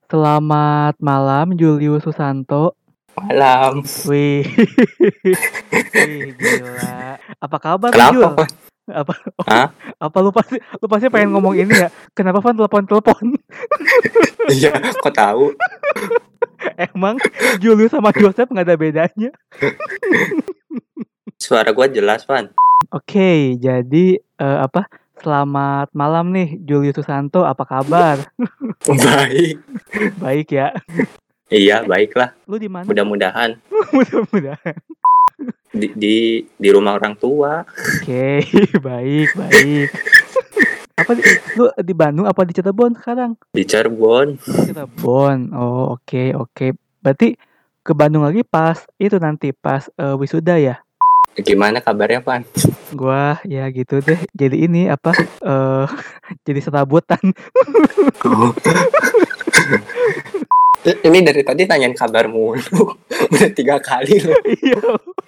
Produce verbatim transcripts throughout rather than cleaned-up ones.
Selamat malam Julius Susanto. Malam. Wih, wih gila. Apa kabar nih Kenapa, Jul? Van? Apa? Oh, Hah? apa lu pasti lu pasti pengen ngomong ini ya? Kenapa Van telepon-telepon? Iya, kok tahu? Emang Julius sama Joseph nggak ada bedanya? Suara gua jelas, Van. Oke, jadi eh, apa? Selamat malam nih Julius Susanto. Apa kabar? Baik. Baik ya. Iya, baiklah. Lu di mana? Mudah-mudahan Mudah-mudahan. di di di rumah orang tua. Oke, baik, baik. Apa di, lu di Bandung apa di Cirebon sekarang? Di Cirebon. Cirebon. Oh, oke, oke. Berarti ke Bandung lagi pas itu nanti pas eh, wisuda ya? Gimana kabarnya, Van? Gua ya gitu deh. Jadi ini apa? eh jadi serabutan. Oh. Ini dari tadi nanyain kabar mulu. Udah tiga kali loh. Iya.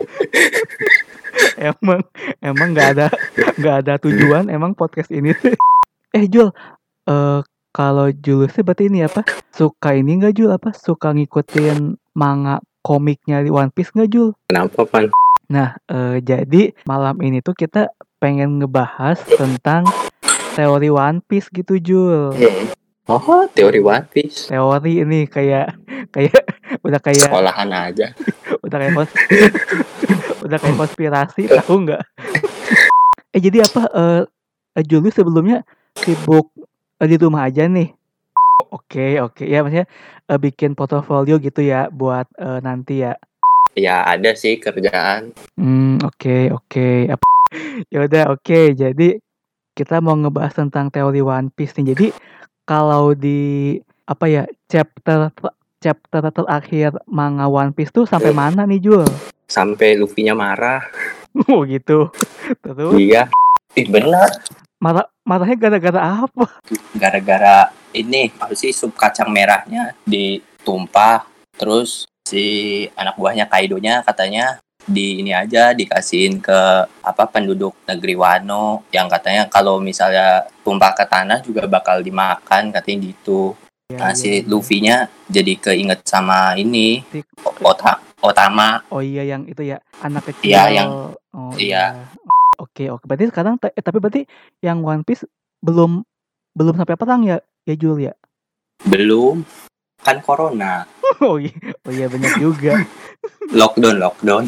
emang emang nggak ada nggak ada tujuan emang podcast ini. eh Jul, eh kalau Julius sih berarti ini apa? Suka ini nggak Jul apa? Suka ngikutin manga komiknya di One Piece nggak Jul? Kenapa, Van? Nah, eh, jadi malam ini tuh kita pengen ngebahas tentang teori One Piece gitu Jul. Hmm. Oh, teori One Piece. Teori ini kayak kayak udah kayak Sekolahan aja. udah kayak kons- udah kayak konspirasi tahu nggak? eh jadi apa? Eh eh, Julius sebelumnya sibuk eh, di rumah aja nih. Oke oke ya maksudnya eh, bikin portofolio gitu ya buat eh, nanti ya. Ya, ada sih kerjaan. Hmm oke oke. Apa? Ya udah oke. Jadi kita mau ngebahas tentang teori One Piece nih. Jadi kalau di apa ya chapter chapter terakhir manga One Piece tuh sampai mana nih Jul? Sampai Luffy-nya marah. Oh gitu. Terus Iya. Ih, benar. marah marahnya gara-gara apa? Gara-gara ini apa sih sup kacang merahnya ditumpah, terus si anak buahnya Kaido-nya katanya di ini aja dikasihin ke apa penduduk negeri Wano yang katanya kalau misalnya tumpah ke tanah juga bakal dimakan katanya gitu. Ya, Nah, ya, si ya. Luffy-nya jadi keinget sama ini Si- Ota, Otama. Oh iya yang itu ya anak kecil. Iya, yang Oh iya. iya. Oke oke. Berarti sekarang te- eh, tapi berarti yang One Piece belum belum sampai perang ya ya Jul ya? Belum, kan corona. Oh iya oh iya benar juga. Lockdown, lockdown.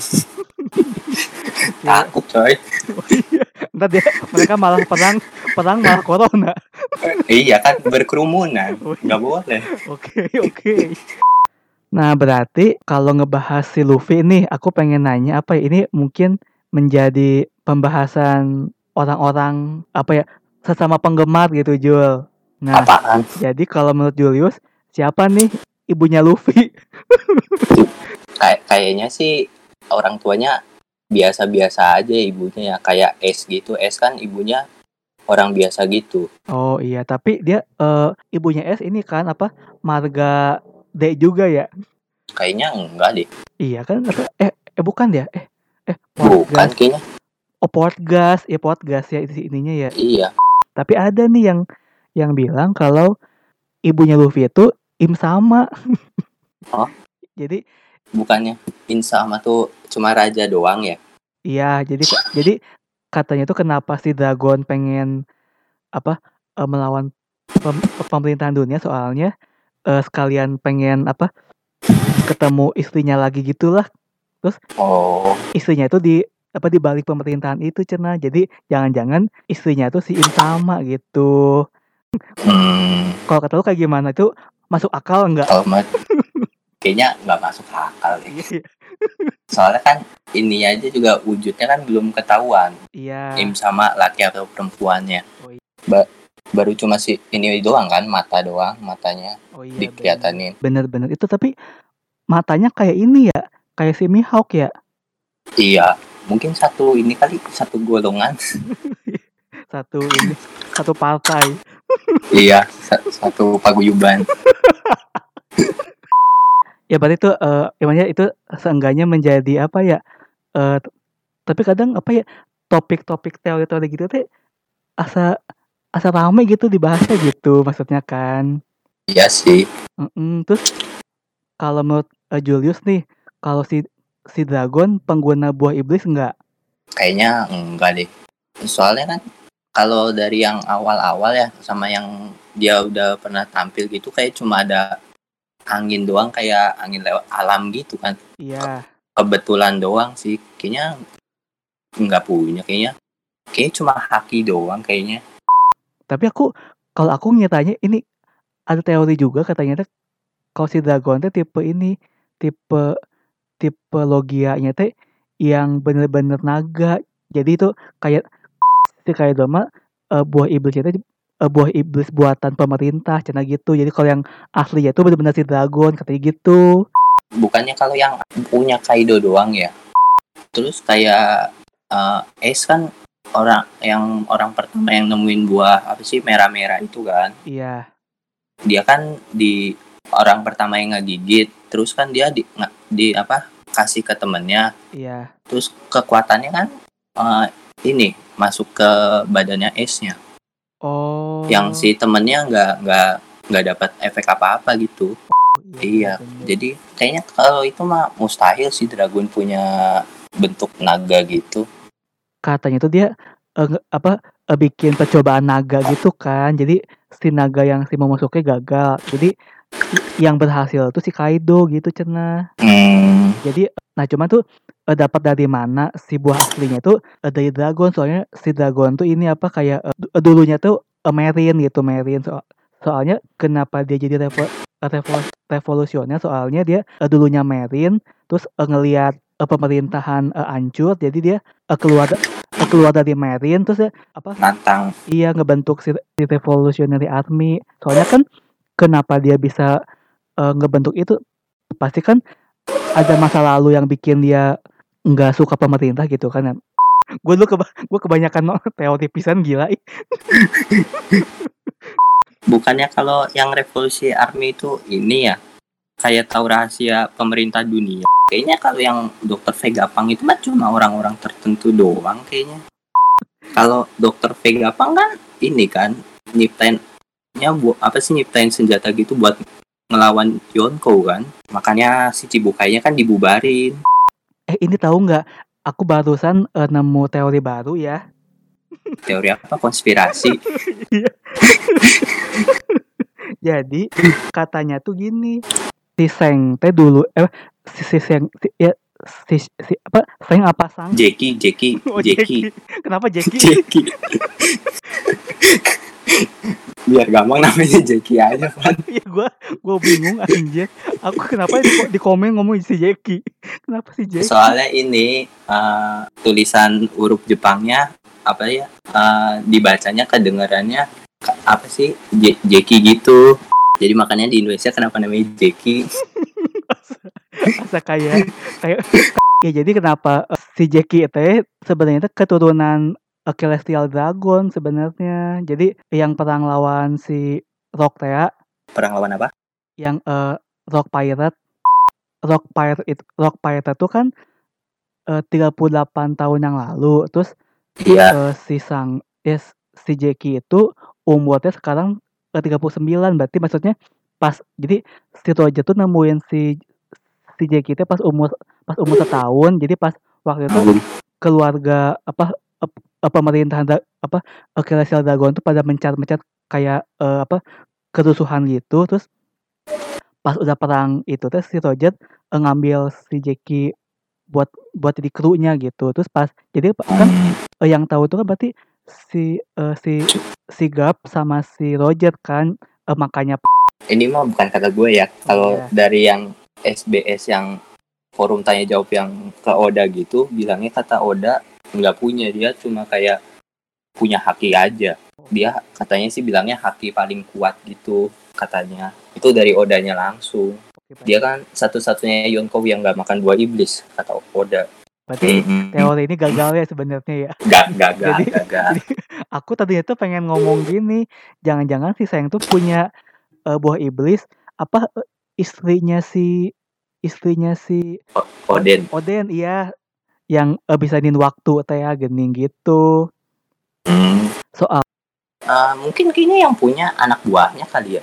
Ya. Takut, coy. Oh iya. Ntar dia mereka malah perang perang malah corona. Iya kan berkerumunan, Oh, nggak boleh. Oke oke. Nah berarti kalau ngebahas si Luffy nih, aku pengen nanya apa ya? Ini mungkin menjadi pembahasan orang-orang apa ya sesama penggemar gitu Jul. Nah Apaan? jadi kalau menurut Julius siapa nih ibunya Luffy? Kayak kayaknya sih orang tuanya biasa-biasa aja ibunya ya, kayak S gitu. S kan ibunya orang biasa gitu. Oh iya tapi dia eh, ibunya S ini kan apa marga D juga ya? Kayaknya enggak deh. Iya kan apa eh eh bukan ya eh eh Bukan Portgas. kayaknya. Oh Portgas ya Portgas ya isi- ininya ya. Iya. Tapi ada nih yang yang bilang kalau ibunya Luffy itu Im sama. Oh, Jadi bukannya Insama tuh cuma raja doang ya? iya jadi jadi katanya tuh kenapa si Dragon pengen apa eh, melawan pem- pemerintahan dunia soalnya eh, sekalian pengen apa ketemu istrinya lagi gitulah. Terus Oh, istrinya itu di apa di balik pemerintahan itu Cena. Jadi jangan-jangan istrinya tuh si Im sama gitu. hmm, Kalau kata lu kayak gimana itu masuk akal enggak? kalau ma- kayaknya nggak masuk akal deh. Iya. Soalnya kan ini aja juga wujudnya kan belum ketahuan. Iya. Im sama laki atau perempuannya. Oh iya. Ba- baru cuma si ini doang kan, mata doang, matanya Oh iya. dikelihatanin. Bener-bener itu tapi matanya kayak ini ya, kayak si Mihawk ya. Iya, mungkin satu ini kali satu golongan. Satu ini, satu partai. Iya, sa- satu paguyuban. Ya berarti itu eh emangnya itu seenggaknya menjadi apa ya? Eh t- tapi kadang apa ya topik-topik teori-teori gitu teh asa asa rame gitu dibahasnya gitu maksudnya kan. Iya sih. Mm-mm. Terus kalau menurut uh, Julius nih, kalau si si dragon pengguna buah iblis enggak? Kayaknya enggak deh. Soalnya kan kalau dari yang awal-awal ya sama yang dia udah pernah tampil gitu kayak cuma ada angin doang, kayak angin lewat alam gitu kan. Iya. Kebetulan doang sih. Kayaknya enggak punya kayaknya. Kayaknya cuma haki doang kayaknya. Tapi aku kalau aku nyatanya ini ada teori juga katanya teh kalau si dragon teh tipe ini, tipe tipe logianya teh yang bener-bener naga. Jadi itu kayak si Kaido mah uh, buah iblis itu uh, buah iblis buatan pemerintah cina gitu. Jadi kalau yang aslinya itu benar-benar si dragon katanya gitu. Bukannya kalau yang punya Kaido doang ya. Terus kayak uh, Ace kan orang yang orang pertama yang nemuin buah apa sih merah-merah itu kan. Iya. Dia kan di orang pertama yang ngegigit, terus kan dia di, nge, di apa kasih ke temennya. Iya. Terus kekuatannya kan uh, ini masuk ke badannya Ace-nya. Oh. Yang si temennya nggak nggak nggak dapat efek apa-apa gitu. Oh, iya. bener-bener. Jadi kayaknya kalau itu mah mustahil sih Dragon punya bentuk naga gitu. Katanya tuh dia uh, apa uh, bikin percobaan naga gitu kan. Jadi si naga yang si Momosuke gagal. Jadi yang berhasil tuh si Kaido gitu cenah. Hmm. Jadi nah cuman tuh uh, dapat dari mana si buah aslinya tuh uh, dari dragon, soalnya si dragon tuh ini apa kayak uh, dulunya tuh uh, marine gitu, marine so soalnya kenapa dia jadi revo revo revolusioner, soalnya dia uh, dulunya marine terus uh, ngelihat uh, pemerintahan uh, hancur, jadi dia uh, keluar uh, keluar dari marine terus ya apa Nantang. iya ngebentuk si, si revolutionary army. Soalnya kan kenapa dia bisa uh, ngebentuk itu pasti kan ada masa lalu yang bikin dia nggak suka pemerintah gitu kan. Gue dulu keba gue kebanyakan no, teori pisan gila. Bukannya kalau yang revolusi army itu ini ya kayak tahu rahasia pemerintah dunia. Kayaknya kalau yang dokter Vegapunk itu mah cuma orang-orang tertentu doang kayaknya. Kalau dokter Vegapunk kan ini kan nyiptainnya bu apa sih nyiptain senjata gitu buat ngelawan Yonko kan. Makanya si Cibukainya kan dibubarin. Eh ini tahu nggak? Aku barusan uh, nemu teori baru ya. Teori apa? Konspirasi. Jadi katanya tuh gini, si Seng teh dulu eh si si Seng si, ya si, si apa Seng apa Sang? Jeki, Jeki, Oh, Jeki. Kenapa Jeki? Jeki. Biar gampang namanya Jeki aja kan. Iya gua gua bingung anjir. Aku kenapa di, di komen ngomong si Jeki? Kenapa si Jeki? Soalnya ini uh, tulisan huruf Jepangnya apa ya? Uh, dibacanya kedengarannya apa sih? J- Jeki gitu. Jadi makanya di Indonesia kenapa namanya Jeki? Asa kayak kayak ya jadi kenapa uh, si Jeki itu sebenarnya itu keturunan uh, Celestial Dragon sebenarnya. Jadi yang perang lawan si Rock Thea. Perang lawan apa? Yang uh, Rock Pirate. Rock Pirate itu Rock Pirate itu kan uh, tiga puluh delapan tahun yang lalu. Terus iya. Uh, si Sang yes, si Jeki itu umurnya sekarang uh, tiga puluh sembilan, berarti maksudnya pas jadi si Roger tuh nemuin si si Jeki itu pas umur pas umur setahun, jadi pas waktu itu keluarga apa uh, pemerintahan apa uh, Celestial Dragon tuh pada mencat-mencat kayak uh, apa kerusuhan gitu. Terus pas udah perang itu terus si Roger uh, ngambil si Jeki buat buat jadi krunya gitu. Terus pas jadi kan uh, yang tahu tuh kan berarti si uh, si si Gap sama si Roger kan uh, makanya ini mah bukan kata gue ya. Kalau yeah. dari yang S B S yang forum tanya jawab yang ke Oda gitu, bilangnya kata Oda nggak punya, dia cuma kayak punya haki aja. Dia katanya sih bilangnya haki paling kuat gitu katanya. Itu dari Odanya langsung. Dia kan satu-satunya Yonko yang nggak makan buah iblis kata Oda. Berarti mm-hmm. teori ini gagal ya sebenarnya ya. Gak gagal, jadi, gagal. Jadi, aku tadinya tuh pengen ngomong gini, jangan-jangan si Sayang tuh punya uh, buah iblis apa uh, istrinya si istrinya si o- Oden. Oden iya yang uh, bisa nin waktu teh gening gitu. Hmm. Soal uh, mungkin kayaknya yang punya anak buahnya kali ya.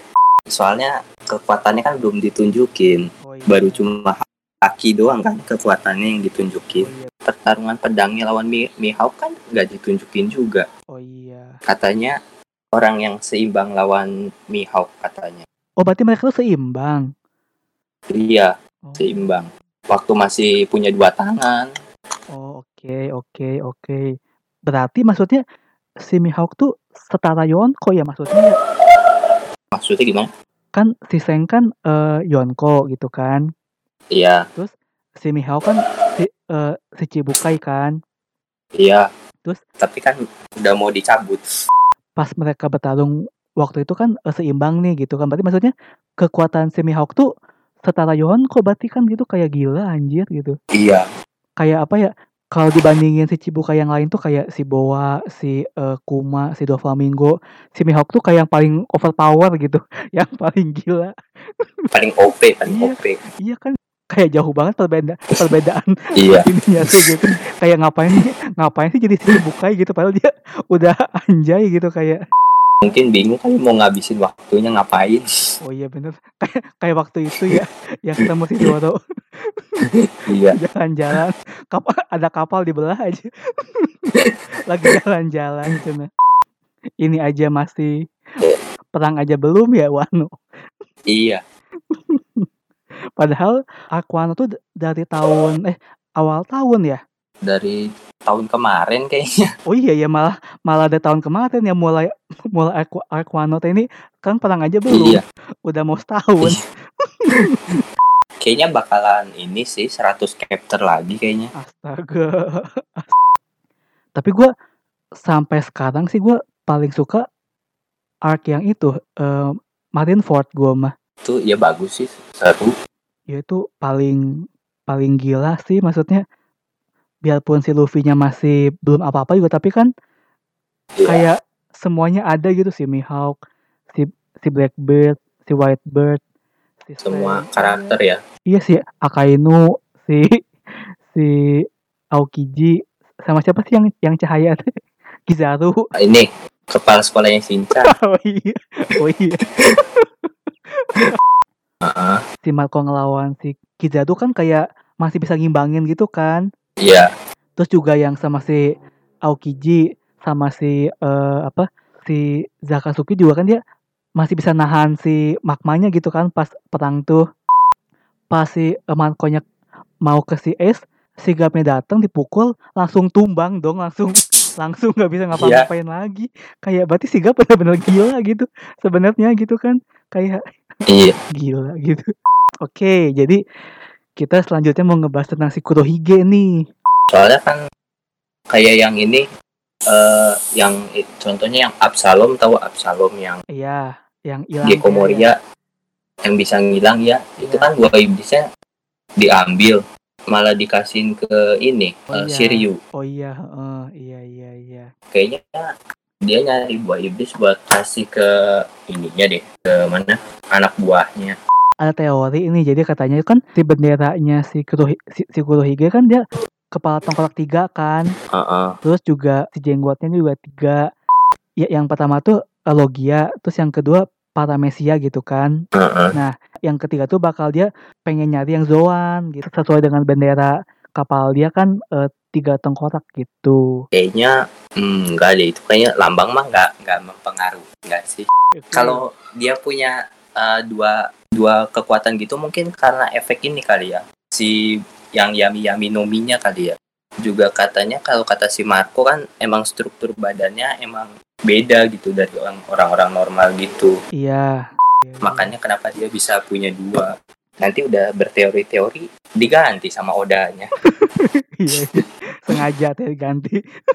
Soalnya kekuatannya kan belum ditunjukin. Oh iya. Baru cuma kaki doang kan kekuatannya yang ditunjukin. Oh iya. Pertarungan pedangnya lawan Mi- Mihawk kan nggak ditunjukin juga. Oh iya. Katanya orang yang seimbang lawan Mihawk katanya. Oh berarti mereka tuh seimbang. Iya, Oh. seimbang. Waktu masih punya dua tangan. Oh oke oke oke. Berarti maksudnya si Mihawk tuh setara Yonko ya maksudnya ya? Maksudnya gimana? Kan si Seng kan uh, Yonko gitu kan? Iya. Terus si Mihawk kan si uh, si Chibukai kan? Iya. Terus tapi kan udah mau dicabut. Pas mereka bertarung waktu itu kan uh, seimbang nih gitu kan. Berarti maksudnya kekuatan si Mihawk tuh setara Yonko berarti kan gitu, kayak gila anjir gitu. Iya. Kayak apa ya? Kalau dibandingin si Chibukai yang lain tuh kayak si Boa, si uh, Kuma, si Doflamingo, si Mihawk tuh kayak yang paling overpower gitu, yang paling gila. Paling O P, paling iya, O P. Iya kan, kayak jauh banget perbeda perbedaan iya. ininya tuh gitu. Kayak ngapain sih, ngapain sih jadi si Chibukai gitu, padahal dia udah anjay gitu kayak. Mungkin bingung kali mau ngabisin waktunya ngapain. Oh iya bener, kayak kayak waktu itu ya, yang ketemu si Zoro. Iya. Jalan-jalan, kapal ada kapal dibelah aja. Lagi jalan-jalan cina. Ini aja masih perang aja belum ya Wano. Iya. Padahal Aquano tuh dari tahun eh awal tahun ya. Dari tahun kemarin kayaknya. Oh iya ya, malah malah ada tahun kemarin ya mulai mulai Aqu- Aquano ini kan perang aja belum. Iya. Udah mau setahun. Kayaknya bakalan ini sih seratus chapter lagi kayaknya. Astaga. Tapi gue sampai sekarang sih gue paling suka arc yang itu uh, Marineford gue mah. Itu ya bagus sih, seru. Ya itu paling paling gila sih, maksudnya biarpun si Luffy-nya masih belum apa-apa juga, tapi kan Iya. kayak semuanya ada gitu, si Mihawk, si si Blackbeard, si Whitebird, si Semua Slang. karakter ya. Iya si Akainu, si si Aokiji, sama siapa sih yang yang cahaya tuh? Kizaru. Ini kepala sekolahnya Shinchan. Oh iya. Oh iya. uh-uh. Si Marco ngelawan si Kizaru kan kayak masih bisa ngimbangin gitu kan. Iya. Terus juga yang sama si Aokiji sama si uh, apa si Zakatsuki juga kan dia masih bisa nahan si magmanya gitu kan pas perang tuh. Pas si uh, Marco-nya mau ke si Ace, si Gapnya datang dipukul langsung tumbang dong, langsung langsung nggak bisa ngapa-ngapain yeah. lagi. Kayak berarti si Gap benar-benar gila gitu sebenarnya gitu kan, kayak iya. gila gitu. Oke, jadi kita selanjutnya mau ngebahas tentang si Kurohige nih. Soalnya kan kayak yang ini uh, yang contohnya yang Absalom, tahu Absalom yang iya, yang hilang Gecko Moria ya. Yang bisa ngilang ya, ya. Itu kan buah iblisnya diambil malah dikasihin ke ini oh, uh, iya. Shiryu. Oh iya, uh, iya iya iya. Kayaknya dia nyari buah iblis buat kasih ke ininya deh, ke mana anak buahnya. Ada teori ini, jadi katanya kan si benderanya si Kurohige, si, si Kurohige kan dia kepala tengkorak tiga kan. Uh-uh. Terus juga si jenggotnya juga tiga. Ya, yang pertama tuh Logia, terus yang kedua Paramecia gitu kan. Uh-uh. Nah, yang ketiga tuh bakal dia pengen nyari yang Zoan gitu, sesuai dengan bendera kapal dia kan uh, tiga tengkorak gitu. Kayaknya hmm, enggak deh, itu kayaknya lambang mah enggak enggak mempengaruhi enggak sih. Okay. Kalau dia punya uh, dua dua kekuatan gitu mungkin karena efek ini kali ya. Si yang Yami Yami Nominya kali ya. Juga katanya kalau kata si Marco kan emang struktur badannya emang beda gitu dari orang-orang normal gitu. Iya. Makanya kenapa dia bisa punya dua. Nanti udah berteori-teori diganti sama Oda-nya. Iya, sengaja tuh diganti.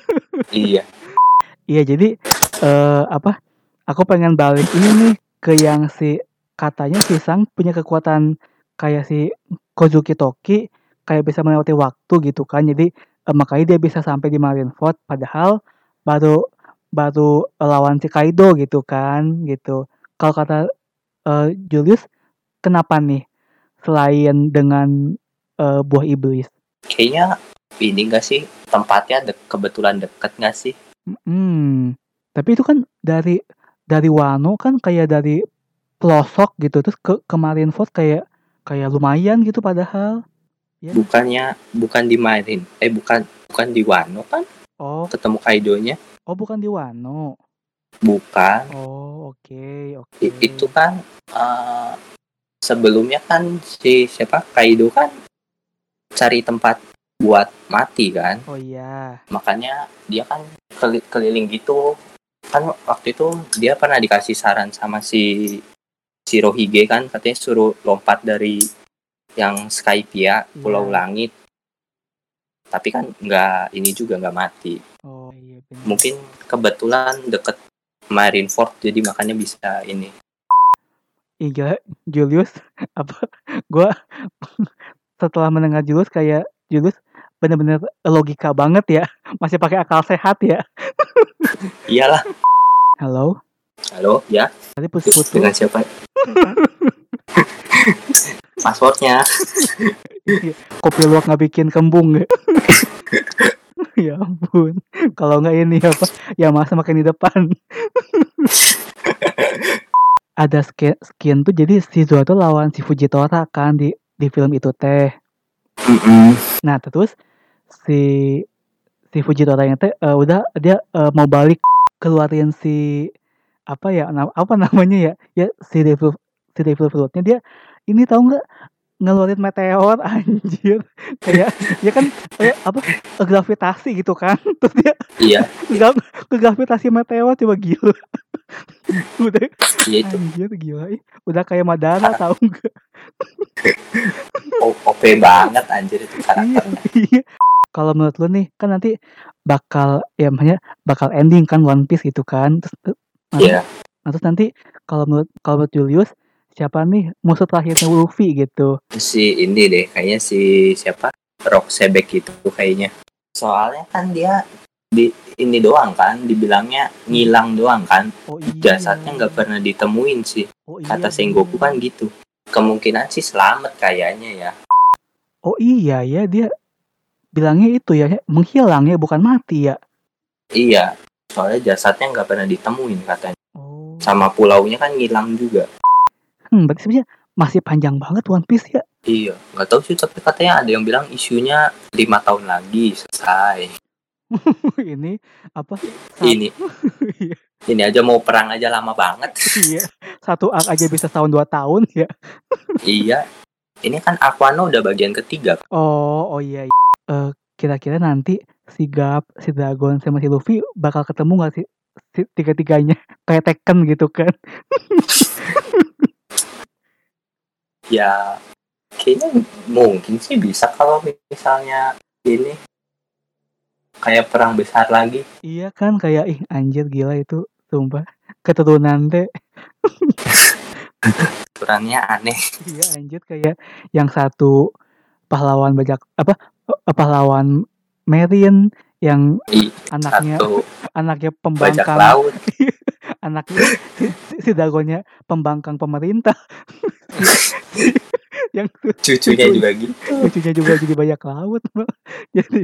Iya. Iya, jadi uh, apa? Aku pengen balik ini nih ke yang si katanya si Sang punya kekuatan kayak si Kozuki Toki, kayak bisa melewati waktu gitu kan. Jadi uh, makanya dia bisa sampai di Marineford padahal baru baru lawan si Kaido gitu kan, gitu. Kalau kata uh, Julius, kenapa nih selain dengan uh, buah iblis? Kayaknya ini nggak sih tempatnya de- kebetulan deket nggak sih? Hmm, tapi itu kan dari dari Wano kan kayak dari pelosok gitu, terus ke ke Marineford kayak kayak lumayan gitu padahal. Ya. Bukannya bukan di Marin, eh bukan bukan di Wano kan? Oh, Ketemu Kaidonya? oh bukan di Wano. Bukan. Oh, oke, oke. I- itu kan uh, sebelumnya kan si siapa Kaido kan cari tempat buat mati kan? Oh iya. Makanya dia kan keli- keliling gitu. Kan waktu itu dia pernah dikasih saran sama si si Rohige kan, katanya suruh lompat dari yang Skypiea, Pulau Iya. Langit. Tapi kan nggak ini juga nggak mati. Oh iya benar. Mungkin kebetulan deket Marineford jadi makanya bisa ini. Iya, Julius apa gua setelah mendengar Julius kayak Julius benar-benar logika banget ya. Masih pakai akal sehat ya. Iyalah. Halo? Halo, ya. Tadi putus-putus. Dengan siapa? Passwordnya. Kopi luwak nggak bikin kembung ya? Ya ampun. Kalau nggak ini apa? Ya masa makin di depan. Ada skin, skin tuh jadi si Zoro tuh lawan si Fujitora kan di di film itu teh. Mm-mm. Nah terus si si Fujitora yang teh uh, udah dia uh, mau balik keluarin si apa ya na- apa namanya ya ya si Devil si Devil Fruitnya dia ini tahu nggak ngeluarin meteor anjir kayak ya kan eh, apa eh, gravitasi gitu kan terus dia Iya. ke, ke gravitasi meteor coba gila udah Iya itu. anjir gila ih. Udah kayak Madara Karak- tahu nggak O P banget anjir itu karakternya. iya kalau menurut lu nih kan nanti bakal ya makanya bakal ending kan One Piece gitu kan terus Iya. nah, terus nanti kalau menurut kalau menurut Julius siapa nih musuh terakhirnya Luffy gitu? Si ini deh kayaknya si siapa? Rock Sebek itu kayaknya. Soalnya kan dia di ini doang kan dibilangnya ngilang doang kan. Oh iya. Jasadnya nggak pernah ditemuin sih. Oh iya. Kata Sengoku kan gitu. Kemungkinan sih selamat kayaknya ya. Oh iya ya dia bilangnya itu ya menghilang ya bukan mati ya. Iya. Soalnya jasadnya nggak pernah ditemuin katanya. Oh. Sama pulaunya kan ngilang juga. Hmm, berarti sebenarnya masih panjang banget One Piece ya. Iya, nggak tahu sih tapi katanya ada yang bilang isunya lima tahun lagi selesai. Ini apa? Sat- Ini, ini aja mau perang aja lama banget. Iya, satu arc aja bisa tahun dua tahun ya. Iya, ini kan Aquano udah bagian ketiga. Oh, oh iya. iya. Uh, kira-kira nanti si Gap, si Dragon sama si Luffy bakal ketemu nggak sih si tiga-tiganya kayak Tekken gitu kan? Ya, kayaknya mungkin sih bisa kalau misalnya ini kayak perang besar lagi. Iya kan kayak ih anjir gila itu sumpah keturunan teh. Aturannya aneh. Iya anjir kayak yang satu pahlawan bajak apa eh, pahlawan Marine yang I, anaknya satu anaknya bajak pembangkang laut. anaknya si, si, si Dagonnya pembangkang pemerintah yang Cucunya juga gitu. cucunya juga jadi bajak laut jadi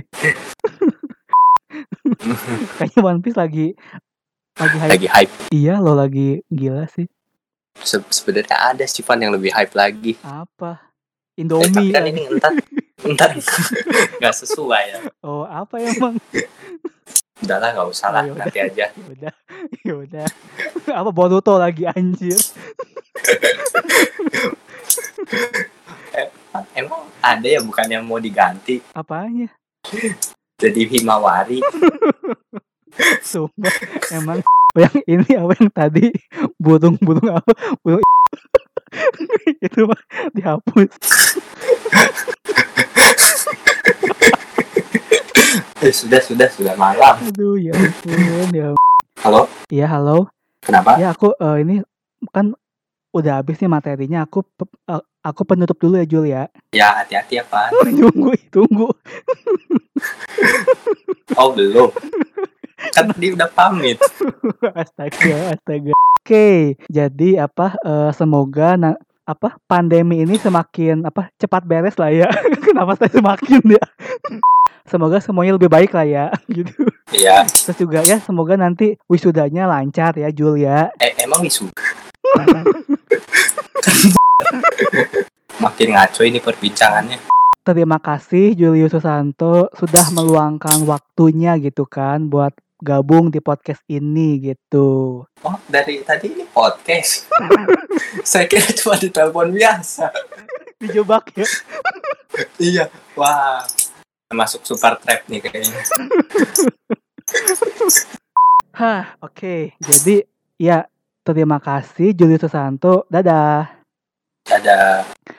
kayaknya One Piece lagi lagi hype. Lagi hype. Iya lo lagi gila sih. Se- sebenarnya ada sih fan yang lebih hype lagi. Apa? Eh, Indomie. tapi kan ini entar entar nggak sesuai ya. Oh apa emang? Udahlah nggak usah lah, Oh, nanti aja. Yaudah, yaudah. Apa Boruto lagi anjir? Eh, emang ada ya bukan yang mau diganti Apanya? jadi Himawari? Sumpah, emang yang ini apa yang tadi burung-burung apa? Burung itu mah dihapus. Eh, sudah sudah sudah malam. Aduh ya ampun ya. Halo? Iya halo. Kenapa? Ya aku uh, ini kan udah habis nih materinya. Aku uh, aku penutup dulu ya Jul ya. Ya hati-hati ya Pak. Tunggu tunggu. Oh belum. Kan tadi udah pamit. Astaga astaga. Oke, jadi apa uh, semoga na- apa pandemi ini semakin apa cepat beres lah ya. Kenapa saya semakin ya? Semoga semuanya lebih baik lah ya, gitu. Iya. Terus juga ya semoga nanti wisudanya lancar ya Jul ya. Eh emang wisuda? makin ngaco ini perbincangannya. Terima kasih Julius Susanto sudah meluangkan waktunya gitu kan buat gabung di podcast ini gitu. Oh, dari tadi ini podcast. Saya kira cuma di telepon biasa. Dijebak ya. Iya, wah, masuk super trap nih kayaknya. Hah, oke. Okay. Jadi ya terima kasih Julius Susanto. Dadah. Dadah.